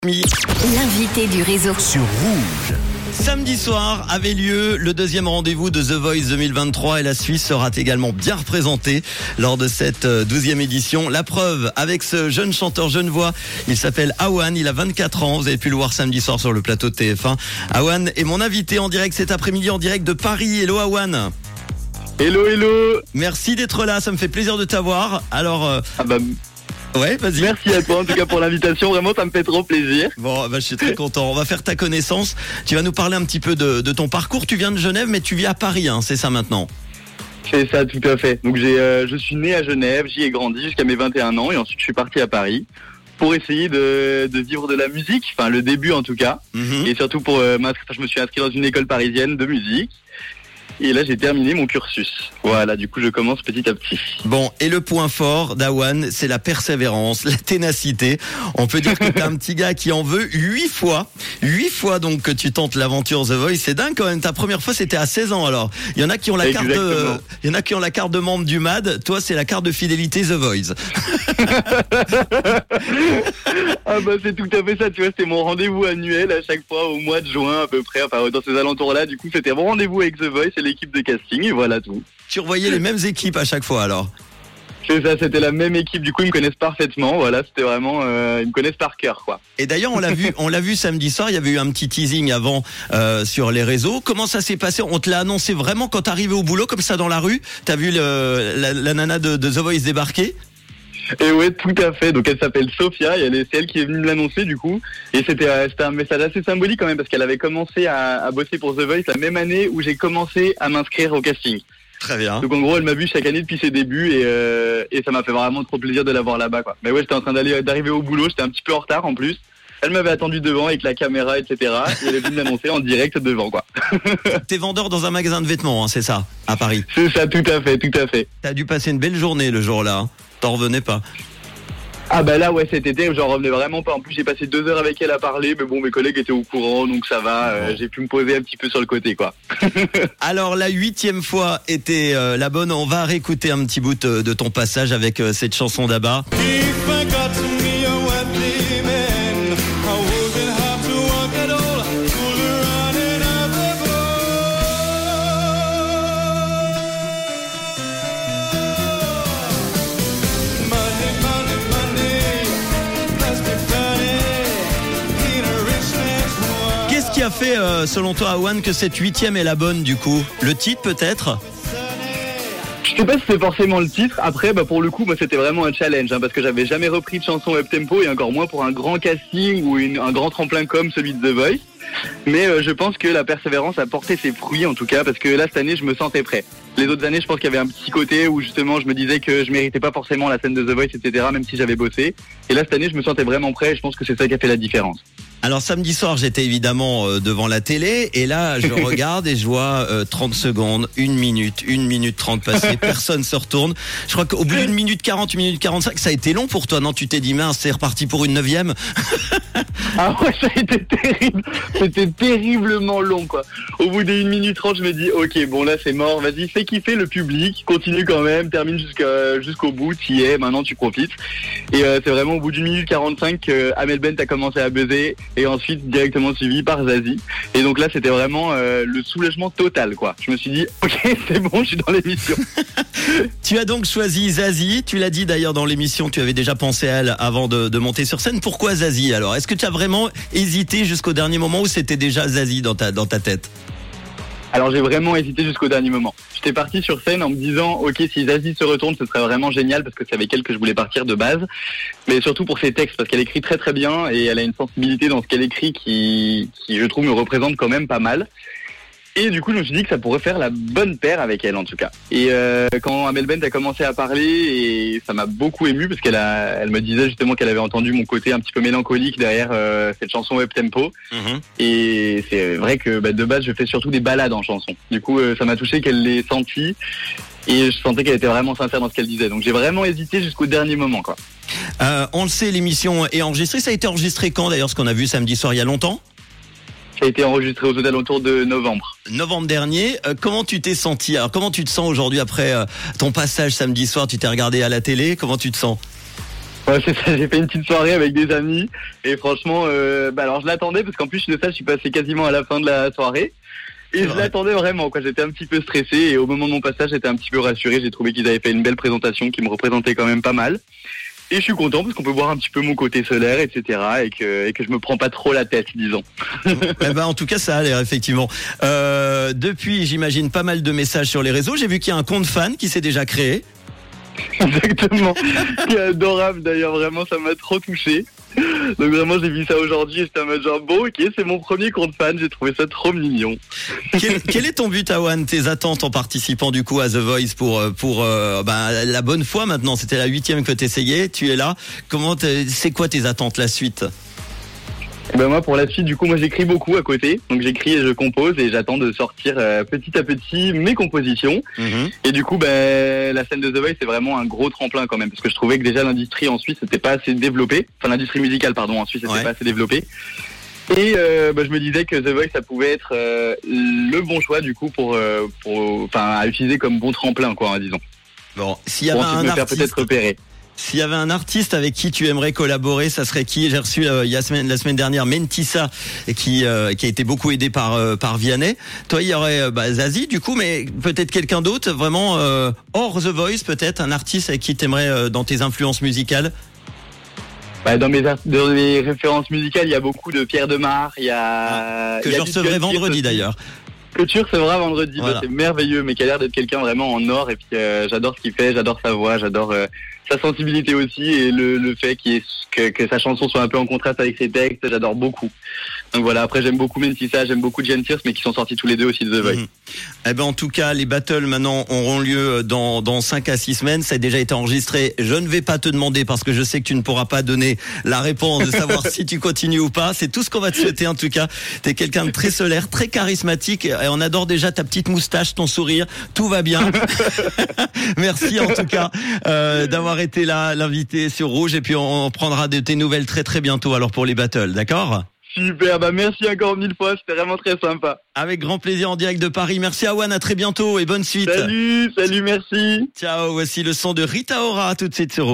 L'invité du réseau sur Rouge. Samedi soir avait lieu le deuxième rendez-vous de The Voice 2023 et la Suisse sera également bien représentée lors de cette 12e édition. La preuve avec ce jeune chanteur genevois, il s'appelle Awan, il a 24 ans, vous avez pu le voir samedi soir sur le plateau de TF1. Awan est mon invité en direct cet après-midi, en direct de Paris. Hello Awan. Hello, hello. Merci d'être là, ça me fait plaisir de t'avoir. Alors... Ouais, vas-y. Merci à toi en tout cas pour l'invitation, vraiment ça me fait trop plaisir. Bon, je suis très content. On va faire ta connaissance. Tu vas nous parler un petit peu de ton parcours. Tu viens de Genève, mais tu vis à Paris, hein, c'est ça maintenant? C'est ça, tout à fait. Donc je suis né à Genève, j'y ai grandi jusqu'à mes 21 ans et ensuite je suis parti à Paris pour essayer de vivre de la musique, enfin le début en tout cas, et surtout pour je me suis inscrit dans une école parisienne de musique. Et là, j'ai terminé mon cursus. Voilà, du coup, je commence petit à petit. Bon, et le point fort d'Awan, c'est la persévérance, la ténacité. On peut dire que t'es un petit gars qui en veut 8 fois. 8 fois donc que tu tentes l'aventure The Voice. C'est dingue quand même. Ta première fois, c'était à 16 ans alors. Il y en a qui ont la carte de membre du MAD. Toi, c'est la carte de fidélité The Voice. Ah bah c'est tout à fait ça, tu vois, c'était mon rendez-vous annuel à chaque fois au mois de juin à peu près, enfin dans ces alentours-là. Du coup, c'était mon rendez-vous avec The Voice et l'équipe de casting et voilà tout. Tu revoyais les mêmes équipes à chaque fois alors? C'est ça, c'était la même équipe, du coup ils me connaissent parfaitement, voilà, c'était vraiment, ils me connaissent par cœur quoi. Et d'ailleurs on l'a vu samedi soir, il y avait eu un petit teasing avant sur les réseaux. Comment ça s'est passé? On te l'a annoncé vraiment quand t'arrivais au boulot comme ça dans la rue? T'as vu la nana de The Voice débarquer? Et ouais, tout à fait. Donc elle s'appelle Sophia et c'est elle qui est venue me l'annoncer du coup. Et c'était un message assez symbolique quand même parce qu'elle avait commencé à bosser pour The Voice la même année où j'ai commencé à m'inscrire au casting. Très bien. Donc en gros, elle m'a vu chaque année depuis ses débuts et ça m'a fait vraiment trop plaisir de la voir là-bas quoi. Mais ouais, j'étais en train d'arriver au boulot, j'étais un petit peu en retard en plus. Elle m'avait attendu devant avec la caméra, etc. Et elle est venue m'annoncer en direct devant quoi. T'es vendeur dans un magasin de vêtements, hein, c'est ça, à Paris? C'est ça, tout à fait, tout à fait. T'as dû passer une belle journée le jour-là, hein. T'en revenais pas? Ah bah là ouais, cet été j'en revenais vraiment pas. En plus j'ai passé 2 heures avec elle à parler, mais bon mes collègues étaient au courant donc ça va, j'ai pu me poser un petit peu sur le côté quoi. Alors la 8e fois était la bonne. On va réécouter un petit bout de ton passage avec cette chanson d'Abba. Qu'est-ce qui a fait, selon toi, Awan, que cette 8e est la bonne, du coup? Le titre, peut-être? Je sais pas si c'est forcément le titre. Après, pour le coup, moi, c'était vraiment un challenge, parce que j'avais jamais repris de chanson up-tempo et encore moins pour un grand casting ou un grand tremplin comme celui de The Voice. Mais je pense que la persévérance a porté ses fruits, en tout cas, parce que là, cette année, je me sentais prêt. Les autres années, je pense qu'il y avait un petit côté où, justement, je me disais que je méritais pas forcément la scène de The Voice, etc., même si j'avais bossé. Et là, cette année, je me sentais vraiment prêt et je pense que c'est ça qui a fait la différence. Alors samedi soir, j'étais évidemment devant la télé et là, je regarde et je vois 30 secondes, 1 minute 30 passées, personne se retourne. Je crois qu'au bout d'une minute 40, 1 minute 45, ça a été long pour toi, non? Tu t'es dit, mince, c'est reparti pour une 9e? Ah ouais, ça a été terrible. C'était terriblement long, quoi. Au bout des 1 minute 30, je me dis, ok, bon là c'est mort, vas-y, fais kiffer le public, continue quand même, termine jusqu'au bout, t'y es, maintenant tu profites. Et c'est vraiment au bout d'1 minute 45 que Amel Bent a commencé à buzzer. Et ensuite directement suivi par Zazie. Et donc là c'était vraiment le soulagement total quoi. Je me suis dit ok c'est bon, je suis dans l'émission. Tu as donc choisi Zazie, tu l'as dit d'ailleurs dans l'émission, tu avais déjà pensé à elle avant de monter sur scène. Pourquoi Zazie alors? Est-ce que tu as vraiment hésité jusqu'au dernier moment ou c'était déjà Zazie dans ta tête? Alors j'ai vraiment hésité jusqu'au dernier moment. J'étais parti sur scène en me disant ok si Zazie se retourne ce serait vraiment génial parce que c'est avec elle que je voulais partir de base. Mais surtout pour ses textes parce qu'elle écrit très très bien et elle a une sensibilité dans ce qu'elle écrit qui je trouve me représente quand même pas mal. Et du coup je me suis dit que ça pourrait faire la bonne paire avec elle en tout cas. Et quand Amel Bent a commencé à parler et ça m'a beaucoup ému parce elle me disait justement qu'elle avait entendu mon côté un petit peu mélancolique derrière cette chanson up-tempo. Et c'est vrai que de base je fais surtout des ballades en chanson. Du coup ça m'a touché qu'elle l'ait senti et je sentais qu'elle était vraiment sincère dans ce qu'elle disait. Donc j'ai vraiment hésité jusqu'au dernier moment quoi. On le sait, l'émission est enregistrée. Ça a été enregistré quand d'ailleurs, ce qu'on a vu samedi soir il y a longtemps? Ça a été enregistré aux alentours de novembre. Novembre dernier. Comment tu t'es senti? Alors, comment tu te sens aujourd'hui après ton passage samedi soir? Tu t'es regardé à la télé? Comment tu te sens? Ouais, c'est ça, j'ai fait une petite soirée avec des amis et franchement, alors je l'attendais parce qu'en plus de ça, je suis passé quasiment à la fin de la soirée et je l'attendais vraiment, quoi. J'étais un petit peu stressé et au moment de mon passage, j'étais un petit peu rassuré. J'ai trouvé qu'ils avaient fait une belle présentation qui me représentait quand même pas mal. Et je suis content parce qu'on peut voir un petit peu mon côté solaire, etc. et que je me prends pas trop la tête, disons. En tout cas, ça a l'air, effectivement. Depuis, j'imagine, pas mal de messages sur les réseaux. J'ai vu qu'il y a un compte fan qui s'est déjà créé. Exactement. C'est adorable d'ailleurs, vraiment, ça m'a trop touché. Donc vraiment, j'ai vu ça aujourd'hui et j'étais en mode genre, bon, ok, c'est mon premier compte fan, j'ai trouvé ça trop mignon. Quel est ton but, Awan, tes attentes en participant du coup à The Voice pour la bonne fois maintenant? C'était la 8e que t'essayais, tu es là. C'est quoi tes attentes, la suite? Moi, pour la suite, du coup, moi j'écris beaucoup à côté. Donc j'écris et je compose et j'attends de sortir petit à petit mes compositions. Et du coup, la scène de The Voice, c'est vraiment un gros tremplin quand même. Parce que je trouvais que déjà l'industrie en Suisse n'était pas assez développée. Enfin, l'industrie musicale, pardon, en Suisse n'était pas assez développée. Et je me disais que The Voice, ça pouvait être le bon choix du coup pour à utiliser comme bon tremplin, quoi, disons. Bon, s'il y avait un artiste... peut-être repérer. S'il y avait un artiste avec qui tu aimerais collaborer, ça serait qui? J'ai reçu la semaine dernière Mentissa qui a été beaucoup aidé par Vianney. Toi, il y aurait Zazie du coup, mais peut-être quelqu'un d'autre, vraiment hors The Voice, peut-être un artiste avec qui t'aimerais dans tes influences musicales. Dans mes références musicales, il y a beaucoup de Pierre Demar, il y a que je recevrai vendredi d'ailleurs. Que tu recevras vendredi, voilà. C'est merveilleux, mais qui a l'air d'être quelqu'un vraiment en or. Et puis j'adore ce qu'il fait, j'adore sa voix, j'adore sa sensibilité aussi et le fait que sa chanson soit un peu en contraste avec ses textes, j'adore beaucoup. Donc voilà, après j'aime beaucoup Mentissa, j'aime beaucoup Jen Sears, mais qui sont sortis tous les deux aussi de The Voice. En tout cas, les battles maintenant auront lieu dans 5 à 6 semaines. Ça a déjà été enregistré. Je ne vais pas te demander parce que je sais que tu ne pourras pas donner la réponse de savoir si tu continues ou pas. C'est tout ce qu'on va te souhaiter en tout cas. T'es quelqu'un de très solaire, très charismatique et on adore déjà ta petite moustache, ton sourire. Tout va bien. Merci en tout cas d'avoir été là, l'invité sur Rouge, et puis on prendra de tes nouvelles très très bientôt alors pour les battles, d'accord? Super, merci encore 1000 fois, c'était vraiment très sympa. Avec grand plaisir en direct de Paris. Merci Awan, à très bientôt et bonne suite. Salut, merci. Ciao, voici le son de Rita Ora tout de suite sur Rouge.